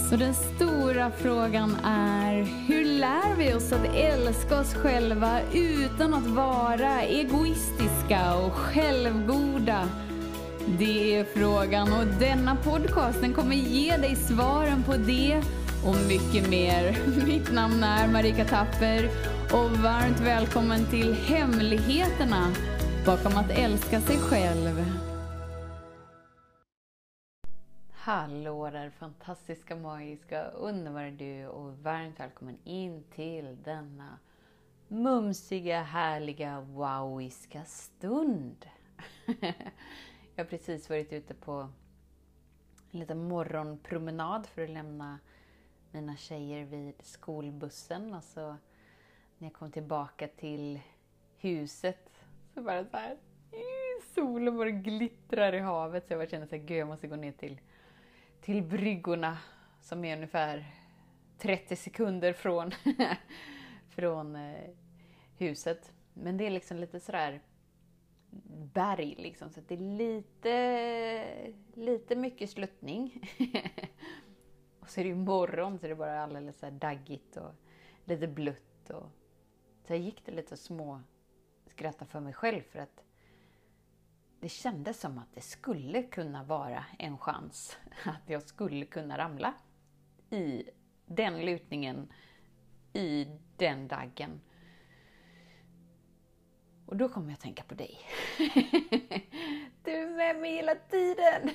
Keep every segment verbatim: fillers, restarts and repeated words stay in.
Så den stora frågan är, hur lär vi oss att älska oss själva utan att vara egoistiska och självgoda? Det är frågan, och denna podcast den kommer ge dig svaren på det och mycket mer. Mitt namn är Marika Tapper och varmt välkommen till Hemligheterna bakom att älska sig själv. Hallå där fantastiska, magiska, underbara du och varmt välkommen in till denna mumsiga, härliga, wowiska stund. Jag har precis varit ute på en liten morgonpromenad för att lämna mina tjejer vid skolbussen. Och så när jag kom tillbaka till huset så bara så här, solen bara glittrar i havet. Så jag bara kände så här, gud jag måste gå ner till till bryggorna som är ungefär trettio sekunder från, från eh, huset. Men det är liksom lite sådär berg liksom, så att det är lite, lite mycket sluttning. Och så är det ju morgon så det är bara alldeles så här daggigt och lite blött. Och så jag gick det lite små skratta för mig själv för att det kändes som att det skulle kunna vara en chans att jag skulle kunna ramla i den lutningen, i den daggen. Och då kommer jag att tänka på dig. Du är med mig hela tiden.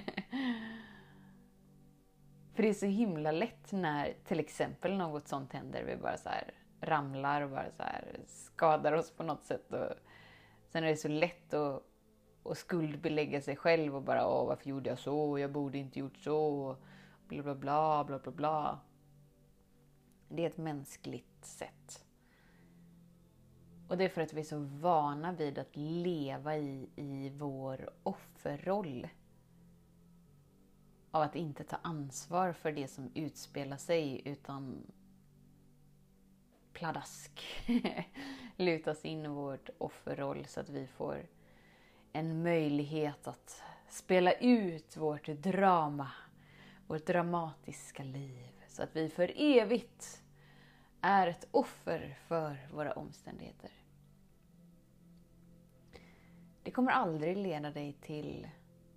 För det är så himla lätt när till exempel något sånt händer. Vi bara så här ramlar och bara så här skadar oss på något sätt. Och sen är det så lätt att och skuldbelägga sig själv och bara, åh varför gjorde jag så, jag borde inte gjort så, bla bla bla bla bla bla. Det är ett mänskligt sätt. Och det är för att vi är så vana vid att leva i, i vår offerroll. Av att inte ta ansvar för det som utspelar sig utan pladask. Lutas in i vårt offerroll så att vi får en möjlighet att spela ut vårt drama, vårt dramatiska liv. Så att vi för evigt är ett offer för våra omständigheter. Det kommer aldrig leda dig till,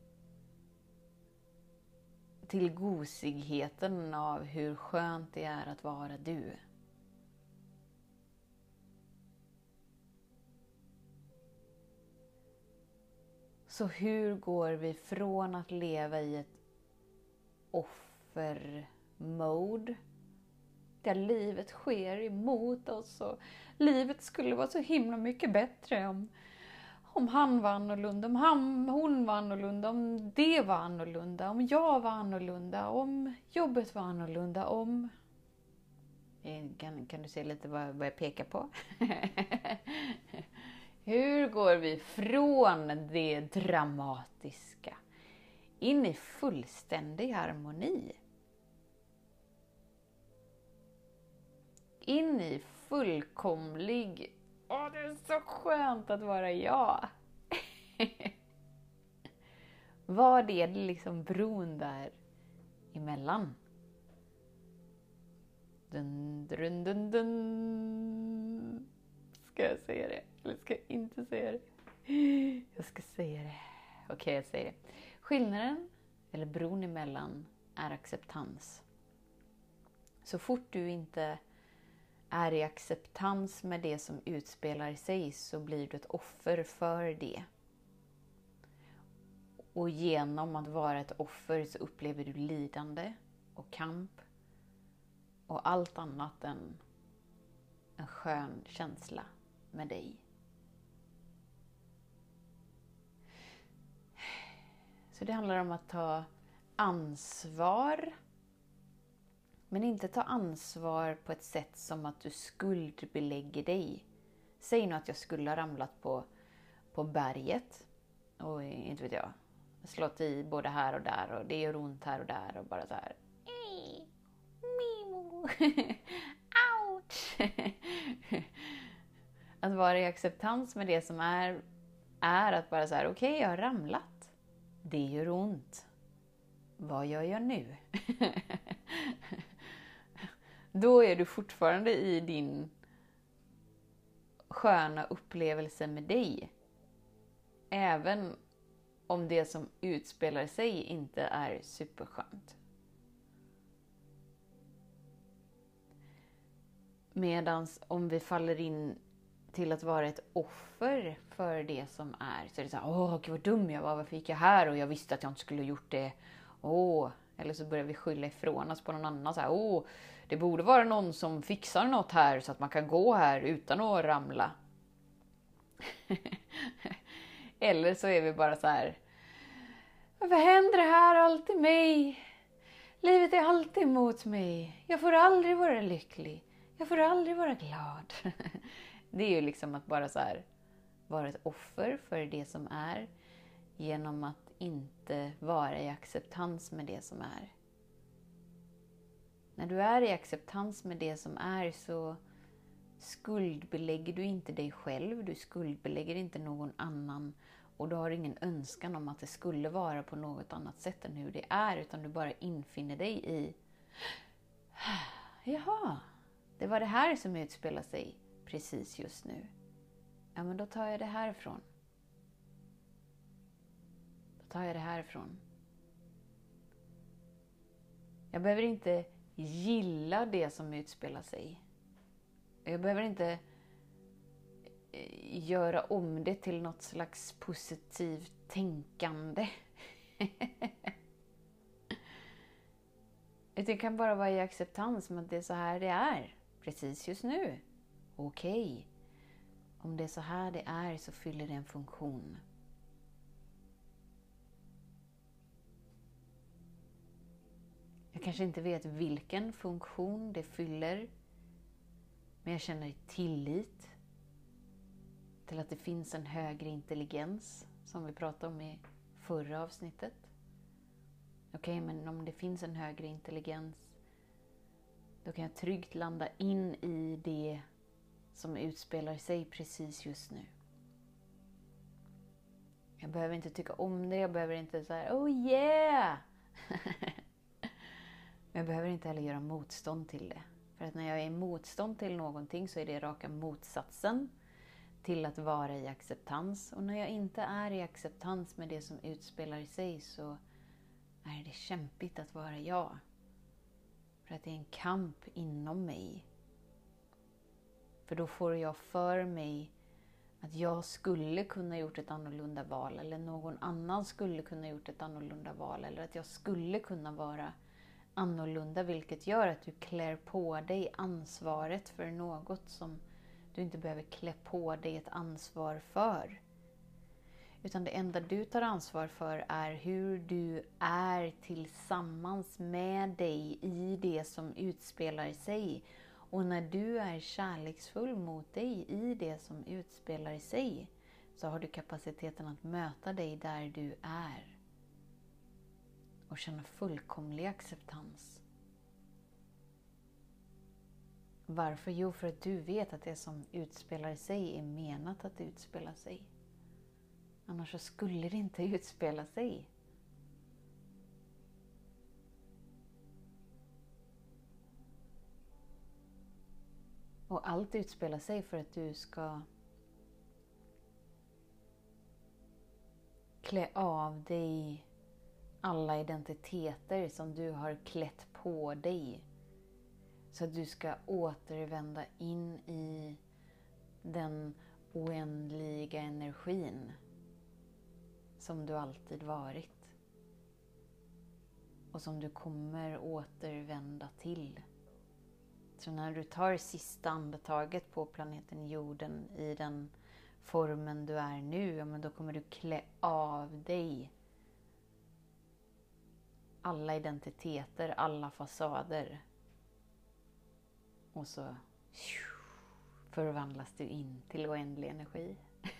till gosigheten av hur skönt det är att vara du. Så hur går vi från att leva i ett offermode där livet sker emot oss och livet skulle vara så himla mycket bättre om, om han var annorlunda, om han, hon var annorlunda, om det var annorlunda, om jag var annorlunda, om jobbet var annorlunda, om... Kan, kan du se lite vad, vad jag pekar på? Hur går vi från det dramatiska in i fullständig harmoni? In i fullkomlig... Åh, det är så skönt att vara jag. Vad är det liksom bron där emellan? Dun, dun, dun, dun. Ska jag säga det? Eller ska jag inte säga det? Jag ska säga det. Okej, okay, jag säger det. Skillnaden, eller bron emellan, är acceptans. Så fort du inte är i acceptans med det som utspelar sig så blir du ett offer för det. Och genom att vara ett offer så upplever du lidande och kamp och allt annat än en skön känsla med dig. Så det handlar om att ta ansvar. Men inte ta ansvar på ett sätt som att du skuldbelägger dig. Säg nu att jag skulle ha ramlat på, på berget. Och inte vet jag. Slått i både här och där. Och det gör ont här och där. Och bara så här. Mimo. Ouch. Att vara i acceptans med det som är. Är att bara så här. Okej, okay, jag har ramlat. Det gör ont. Vad gör jag nu? då är du fortfarande i din sköna upplevelse med dig. Även om det som utspelar sig inte är superskönt. Medans om vi faller in till att vara ett offer för det som är, så är det så här: åh gud vad dum jag var, varför gick jag här och jag visste att jag inte skulle ha gjort det. Åh, eller så börjar vi skylla ifrån oss på någon annan, så här: åh, det borde vara någon som fixar något här så att man kan gå här utan att ramla. Eller så är vi bara så här: varför händer det här alltid mig? Livet är alltid emot mig. Jag får aldrig vara lycklig. Jag får aldrig vara glad. Det är ju liksom att bara så här vara ett offer för det som är, genom att inte vara i acceptans med det som är. När du är i acceptans med det som är så skuldbelägger du inte dig själv, du skuldbelägger inte någon annan, och du har ingen önskan om att det skulle vara på något annat sätt än hur det är, utan du bara infinner dig i: jaha, det var det här som utspelar sig precis just nu. Ja, men då tar jag det härifrån. Då tar jag det härifrån. Jag behöver inte gilla det som utspelar sig. Jag behöver inte göra om det till något slags positivt tänkande. Det kan bara vara i acceptans med att det är så här det är precis just nu. Okej. Okay. Om det är så här det är så fyller det en funktion. Jag kanske inte vet vilken funktion det fyller, men jag känner tillit till att det finns en högre intelligens, som vi pratade om i förra avsnittet. Okej, okay, men om det finns en högre intelligens, då kan jag tryggt landa in i det som utspelar sig precis just nu. Jag behöver inte tycka om det, jag behöver inte säga oh yeah! Men jag behöver inte heller göra motstånd till det. För att när jag är i motstånd till någonting så är det raka motsatsen till att vara i acceptans. Och när jag inte är i acceptans med det som utspelar sig så är det kämpigt att vara jag. För att det är en kamp inom mig. För då får jag för mig att jag skulle kunna gjort ett annorlunda val. Eller någon annan skulle kunna gjort ett annorlunda val. Eller att jag skulle kunna vara annorlunda. Vilket gör att du klär på dig ansvaret för något som du inte behöver klä på dig ett ansvar för. Utan det enda du tar ansvar för är hur du är tillsammans med dig i det som utspelar sig. Och när du är kärleksfull mot dig i det som utspelar sig så har du kapaciteten att möta dig där du är. Och känna fullkomlig acceptans. Varför? Jo, för att du vet att det som utspelar sig är menat att utspela sig. Annars så skulle det inte utspela sig. Och allt utspelar sig för att du ska klä av dig alla identiteter som du har klätt på dig. Så att du ska återvända in i den oändliga energin som du alltid varit. Och som du kommer återvända till. Så när du tar sista andetaget på planeten jorden i den formen du är nu, ja, men då kommer du klä av dig alla identiteter, alla fasader. Och så förvandlas du in till oändlig energi.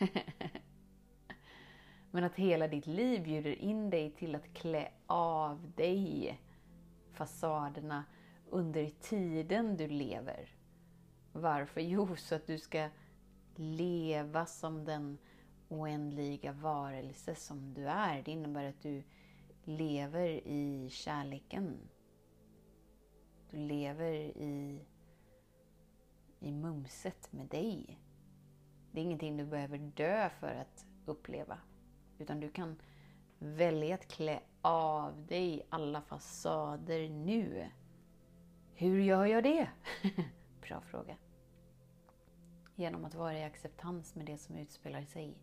Men att hela ditt liv bjuder in dig till att klä av dig fasaderna under tiden du lever. Varför? Jo, så att du ska leva som den oändliga varelse som du är. Det innebär att du lever i kärleken. Du lever i, i mumset med dig. Det är ingenting du behöver dö för att uppleva. Utan du kan välja att klä av dig alla fasader nu. Hur gör jag det? Bra fråga. Genom att vara i acceptans med det som utspelar sig.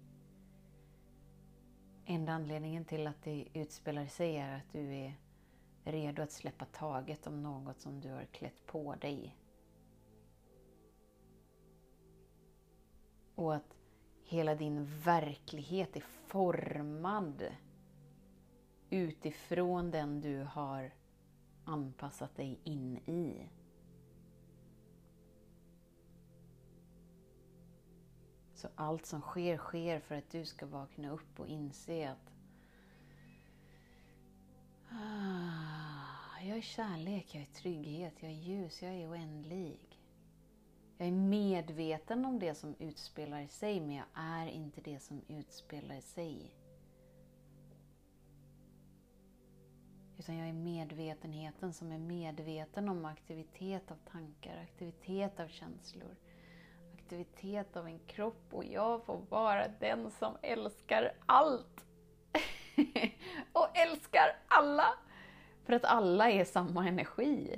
Enda anledningen till att det utspelar sig är att du är redo att släppa taget om något som du har klätt på dig. Och att hela din verklighet är formad utifrån den du har anpassat dig in i. Så allt som sker, sker för att du ska vakna upp och inse att ah, jag är kärlek, jag är trygghet, jag är ljus, jag är oändlig. Jag är medveten om det som utspelar sig, men jag är inte det som utspelar sig. Utan jag är medvetenheten som är medveten om aktivitet av tankar, aktivitet av känslor, aktivitet av en kropp, och jag får vara den som älskar allt. Och älskar alla. För att alla är samma energi.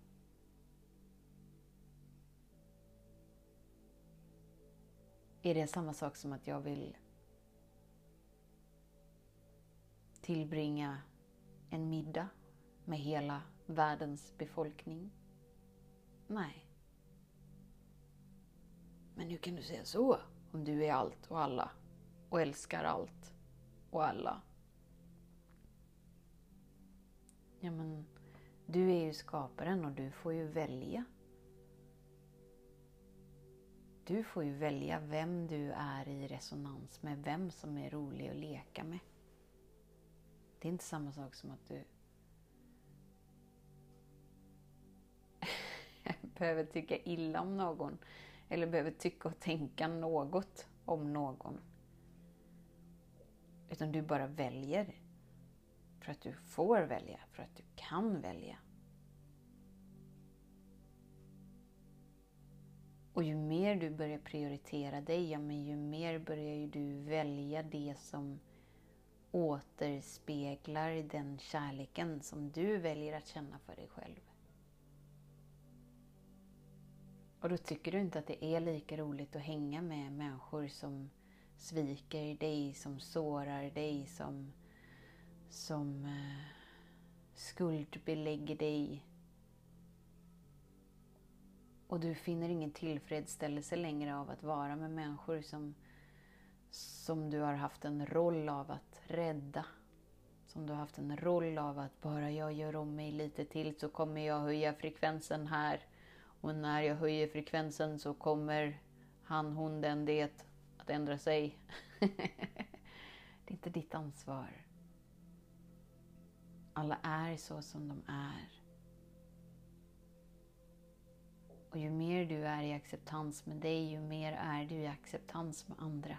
Är det samma sak som att jag vill tillbringa en middag med hela världens befolkning? Nej. Men hur kan du säga så om du är allt och alla och älskar allt och alla? Ja, men du är ju skaparen och du får ju välja. Du får ju välja vem du är i resonans med, vem som är rolig att leka med. Det är inte samma sak som att du behöver tycka illa om någon. Eller behöver tycka och tänka något om någon. Utan du bara väljer. För att du får välja. För att du kan välja. Och ju mer du börjar prioritera dig, ja, men ju mer börjar ju du välja det som återspeglar den kärleken som du väljer att känna för dig själv. Och då tycker du inte att det är lika roligt att hänga med människor som sviker dig, som sårar dig, som, som eh, skuldbelägger dig. Och du finner ingen tillfredsställelse längre av att vara med människor som, som du har haft en roll av att rädda. Som du har haft en roll av att bara jag gör om mig lite till så kommer jag höja frekvensen här. Och när jag höjer frekvensen så kommer han, hon, den, det att ändra sig. Det är inte ditt ansvar. Alla är så som de är. Och ju mer du är i acceptans med dig, ju mer är du i acceptans med andra.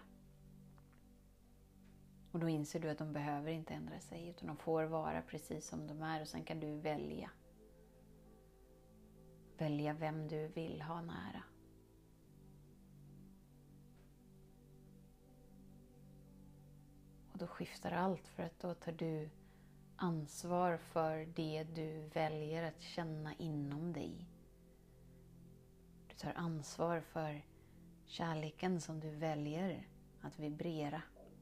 Och då inser du att de behöver inte ändra sig, utan de får vara precis som de är. Och sen kan du välja. Välja vem du vill ha nära. Och då skiftar allt, för att då tar du ansvar för det du väljer att känna inom dig. Du tar ansvar för kärleken som du väljer att vibrera.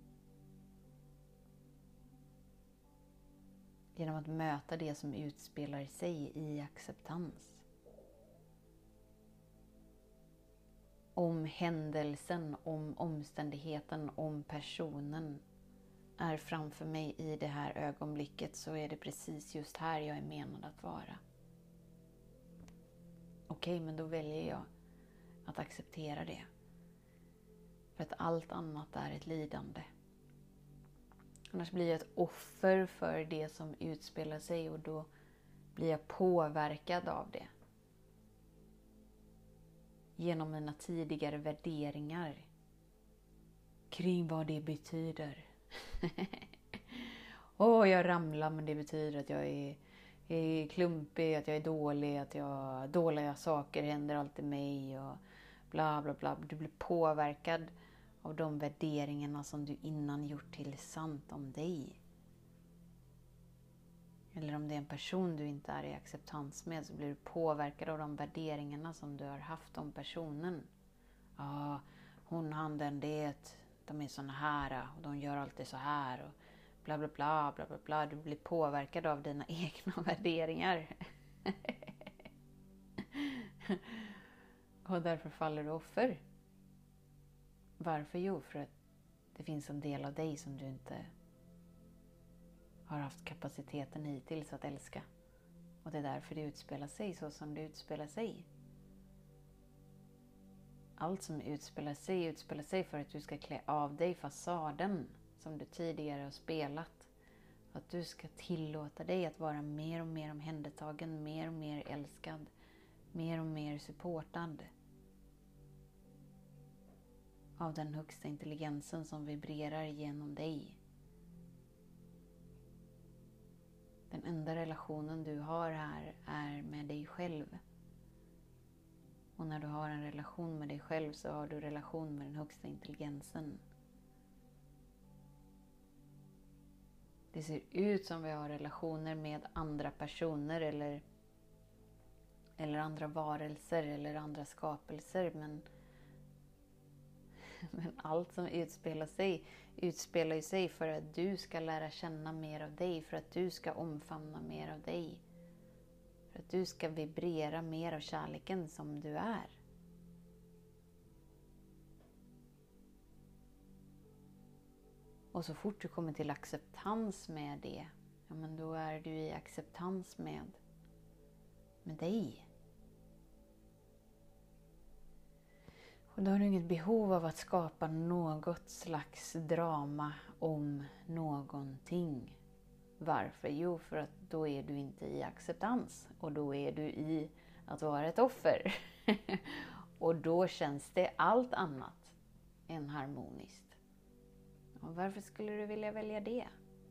Genom att möta det som utspelar sig i acceptans. Om händelsen, om omständigheten, om personen är framför mig i det här ögonblicket, så är det precis just här jag är menad att vara. Okej, men då väljer jag att acceptera det. För att allt annat är ett lidande. Annars blir jag ett offer för det som utspelar sig, och då blir jag påverkad av det. Genom mina tidigare värderingar kring vad det betyder. Åh, oh, jag ramlar, men det betyder att jag är, är klumpig, att jag är dålig, att jag, dåliga saker händer alltid mig och bla bla bla. Du blir påverkad av de värderingarna som du innan gjort till sant om dig. Eller om det är en person du inte är i acceptans med, så blir du påverkad av de värderingarna som du har haft om personen. Ja, hon, han, den, det, de är såna här och de gör alltid så här och bla bla bla bla bla bla. Du blir påverkad av dina egna värderingar. Och därför faller du offer. Varför? Jo, för att det finns en del av dig som du inte har haft kapaciteten hittills att älska. Och det är därför det utspelar sig så som det utspelar sig. Allt som utspelar sig utspelar sig för att du ska klä av dig fasaden som du tidigare har spelat. Att du ska tillåta dig att vara mer och mer omhändertagen, mer och mer älskad, mer och mer supportad av den högsta intelligensen som vibrerar genom dig. Den enda relationen du har här är med dig själv. Och när du har en relation med dig själv så har du relation med den högsta intelligensen. Det ser ut som vi har relationer med andra personer eller, eller andra varelser eller andra skapelser. Men, men allt som utspelar sig utspelar ju sig för att du ska lära känna mer av dig. För att du ska omfamna mer av dig. För att du ska vibrera mer av kärleken som du är. Och så fort du kommer till acceptans med det, ja men då är du i acceptans med, med dig. Och då har du inget behov av att skapa något slags drama om någonting. Varför? Jo, för att då är du inte i acceptans. Och då är du i att vara ett offer. Och då känns det allt annat än harmoniskt. Och varför skulle du vilja välja det?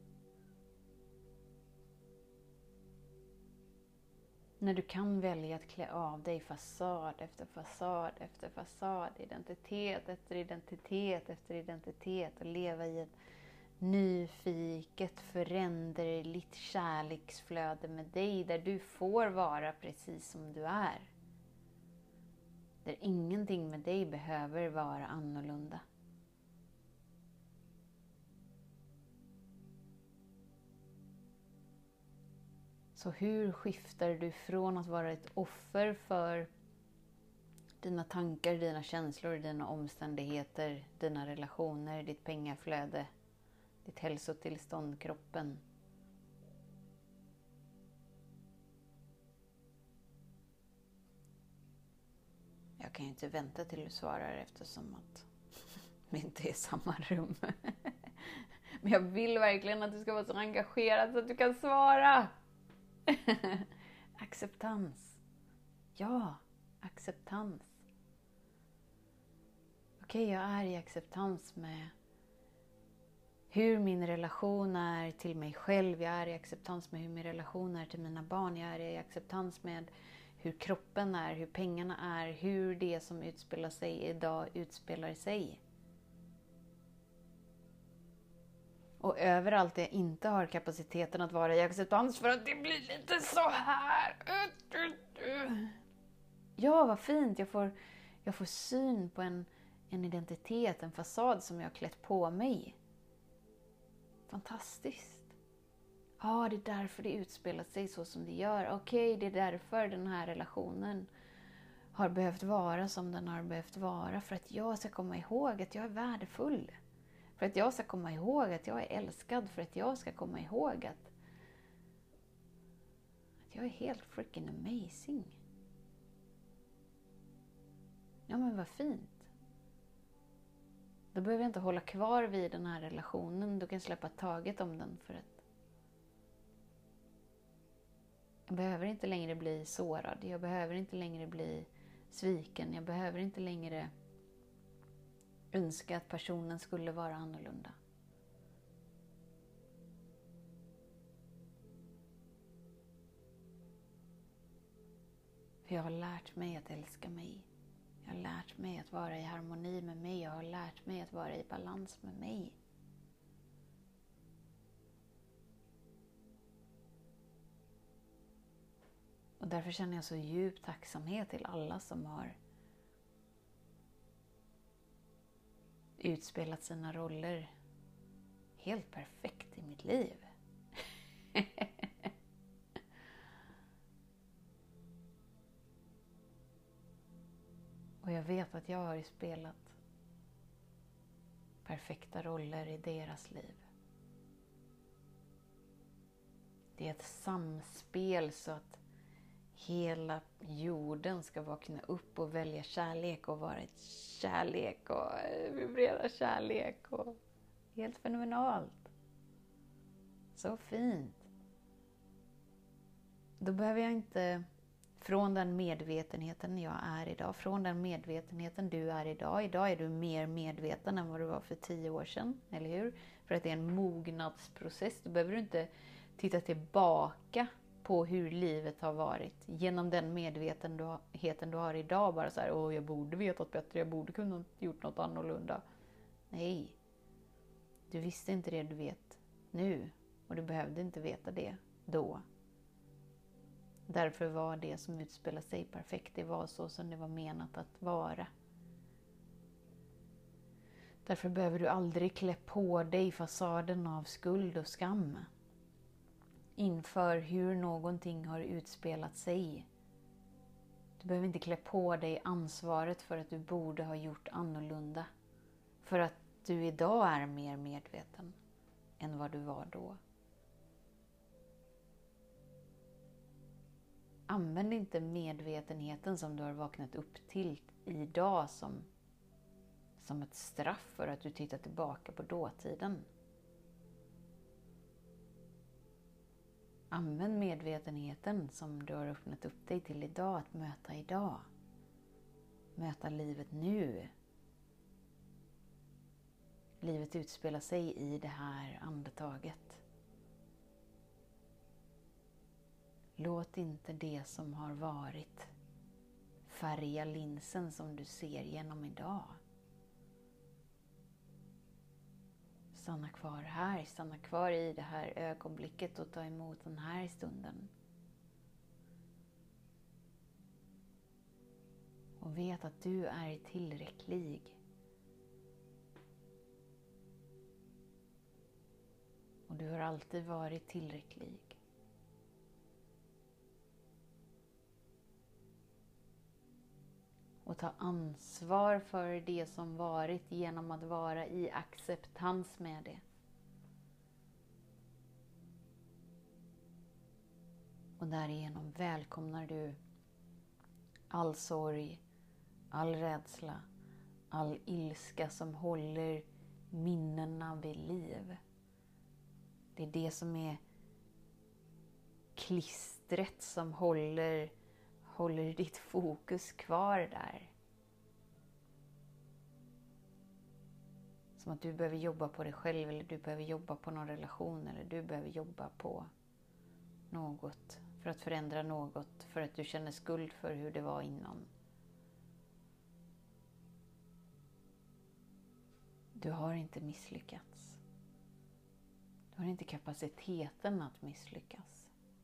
När du kan välja att klä av dig fasad efter fasad efter fasad, identitet efter identitet efter identitet och leva i ett nyfiket, föränderligt kärleksflöde med dig där du får vara precis som du är. Där ingenting med dig behöver vara annorlunda. Så hur skiftar du från att vara ett offer för dina tankar, dina känslor, dina omständigheter, dina relationer, ditt pengaflöde, ditt hälsotillstånd, kroppen. Jag kan ju inte vänta till du svarar eftersom att vi inte är i samma rum. Men jag vill verkligen att du ska vara så engagerad så att du kan svara. Acceptans. Ja, acceptans. Okej, okay, jag är i acceptans med hur min relation är till mig själv. Jag är i acceptans med hur min relation är till mina barn. Jag är i acceptans med hur kroppen är, hur pengarna är, hur det som utspelar sig idag utspelar sig. Och överallt jag inte har kapaciteten att vara i acceptans för att det blir lite så här. Ja, vad fint. Jag får, jag får syn på en, en identitet, en fasad som jag har klätt på mig. Fantastiskt. Ja, det är därför det utspelar sig så som det gör. Okej, det är därför den här relationen har behövt vara som den har behövt vara. För att jag ska komma ihåg att jag är värdefull. För att jag ska komma ihåg att jag är älskad. För att jag ska komma ihåg att, att jag är helt freaking amazing. Ja, men vad fint. Då behöver jag inte hålla kvar vid den här relationen. Du kan släppa taget om den för att jag behöver inte längre bli sårad. Jag behöver inte längre bli sviken. Jag behöver inte längre önska att personen skulle vara annorlunda. För jag har lärt mig att älska mig. Jag har lärt mig att vara i harmoni med mig. Jag har lärt mig att vara i balans med mig. Och därför känner jag så djup tacksamhet till alla som har utspelat sina roller helt perfekt i mitt liv. Och jag vet att jag har spelat perfekta roller i deras liv. Det är ett samspel så att hela jorden ska vakna upp och välja kärlek och vara ett kärlek och vibrera kärlek. Och helt fenomenalt. Så fint. Då behöver jag inte, från den medvetenheten jag är idag, från den medvetenheten du är idag. Idag är du mer medveten än vad du var för tio år sedan, eller hur? För att det är en mognadsprocess. Då behöver du inte titta tillbaka på hur livet har varit. Genom den medvetenheten du har idag. Bara så här, åh jag borde vetat bättre, jag borde kunna gjort något annorlunda. Nej. Du visste inte det du vet nu. Och du behövde inte veta det då. Därför var det som utspelade sig perfekt. Det var så som det var menat att vara. Därför behöver du aldrig klä på dig fasaden av skuld och skam. Inför hur någonting har utspelat sig. Du behöver inte klä på dig ansvaret för att du borde ha gjort annorlunda. För att du idag är mer medveten än vad du var då. Använd inte medvetenheten som du har vaknat upp till idag som, som ett straff för att du tittar tillbaka på dåtiden. Använd medvetenheten som du har öppnat upp dig till idag att möta idag. Möta livet nu. Livet utspelar sig i det här andetaget. Låt inte det som har varit färga linsen som du ser genom idag. Stanna kvar här, stanna kvar i det här ögonblicket och ta emot den här stunden. Och vet att du är tillräcklig. Och du har alltid varit tillräcklig. Och ta ansvar för det som varit genom att vara i acceptans med det. Och därigenom välkomnar du all sorg, all rädsla, all ilska som håller minnena vid liv. Det är det som är klistret som håller, håller ditt fokus kvar där. Som att du behöver jobba på dig själv, eller du behöver jobba på någon relation, eller du behöver jobba på något för att förändra något, för att du känner skuld för hur det var innan. Du har inte misslyckats. Du har inte kapaciteten att misslyckas.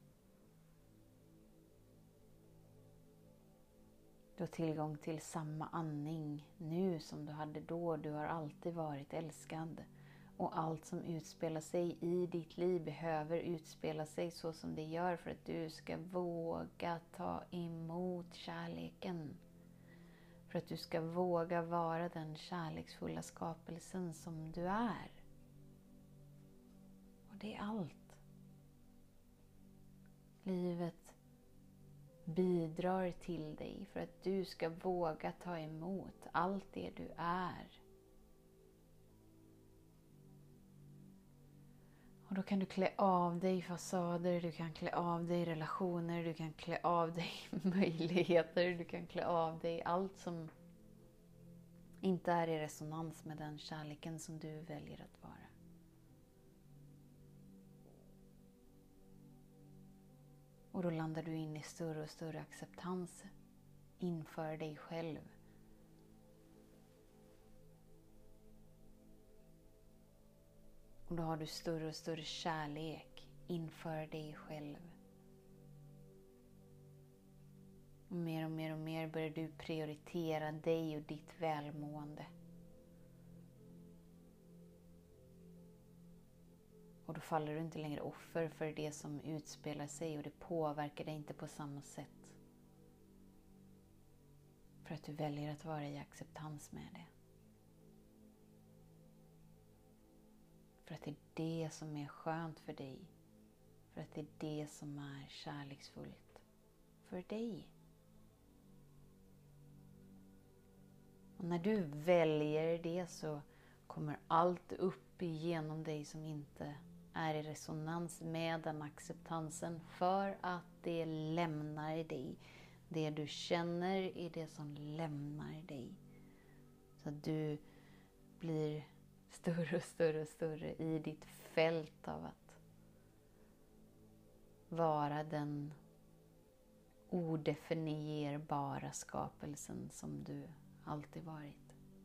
Du har tillgång till samma andning nu som du hade då. Du har alltid varit älskad. Och allt som utspelar sig i ditt liv behöver utspela sig så som det gör för att du ska våga ta emot kärleken. För att du ska våga vara den kärleksfulla skapelsen som du är. Och det är allt. Livet bidrar till dig för att du ska våga ta emot allt det du är. Och då kan du klä av dig fasader, du kan klä av dig relationer, du kan klä av dig möjligheter, du kan klä av dig allt som inte är i resonans med den kärleken som du väljer att vara. Och då landar du in i större och större acceptans inför dig själv. Och då har du större och större kärlek inför dig själv. Och mer och mer och mer börjar du prioritera dig och ditt välmående. Och då faller du inte längre offer för det som utspelar sig och det påverkar dig inte på samma sätt. För att du väljer att vara i acceptans med det. För att det är det som är skönt för dig. För att det är det som är kärleksfullt för dig. Och när du väljer det så kommer allt upp igenom dig som inte är i resonans med den acceptansen, för att det lämnar dig. Det du känner är det som lämnar dig. Så att du blir större och större och större i ditt fält av att vara den odefinierbara skapelsen som du alltid varit.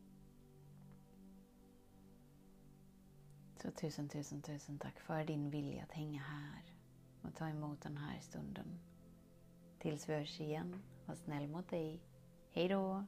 Så tusen, tusen, tusen tack för din vilja att hänga här och ta emot den här stunden. Tills vi hörs igen, var snäll mot dig. Hej då!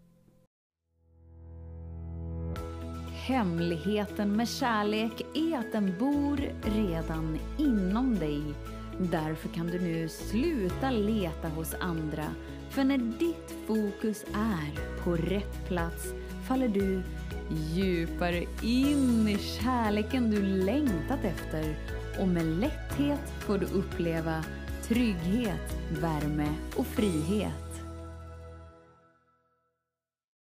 Hemligheten med kärlek är att den bor redan inom dig. Därför kan du nu sluta leta hos andra. För när ditt fokus är på rätt plats faller du djupare in i kärleken du längtat efter. Och med lätthet får du uppleva trygghet, värme och frihet.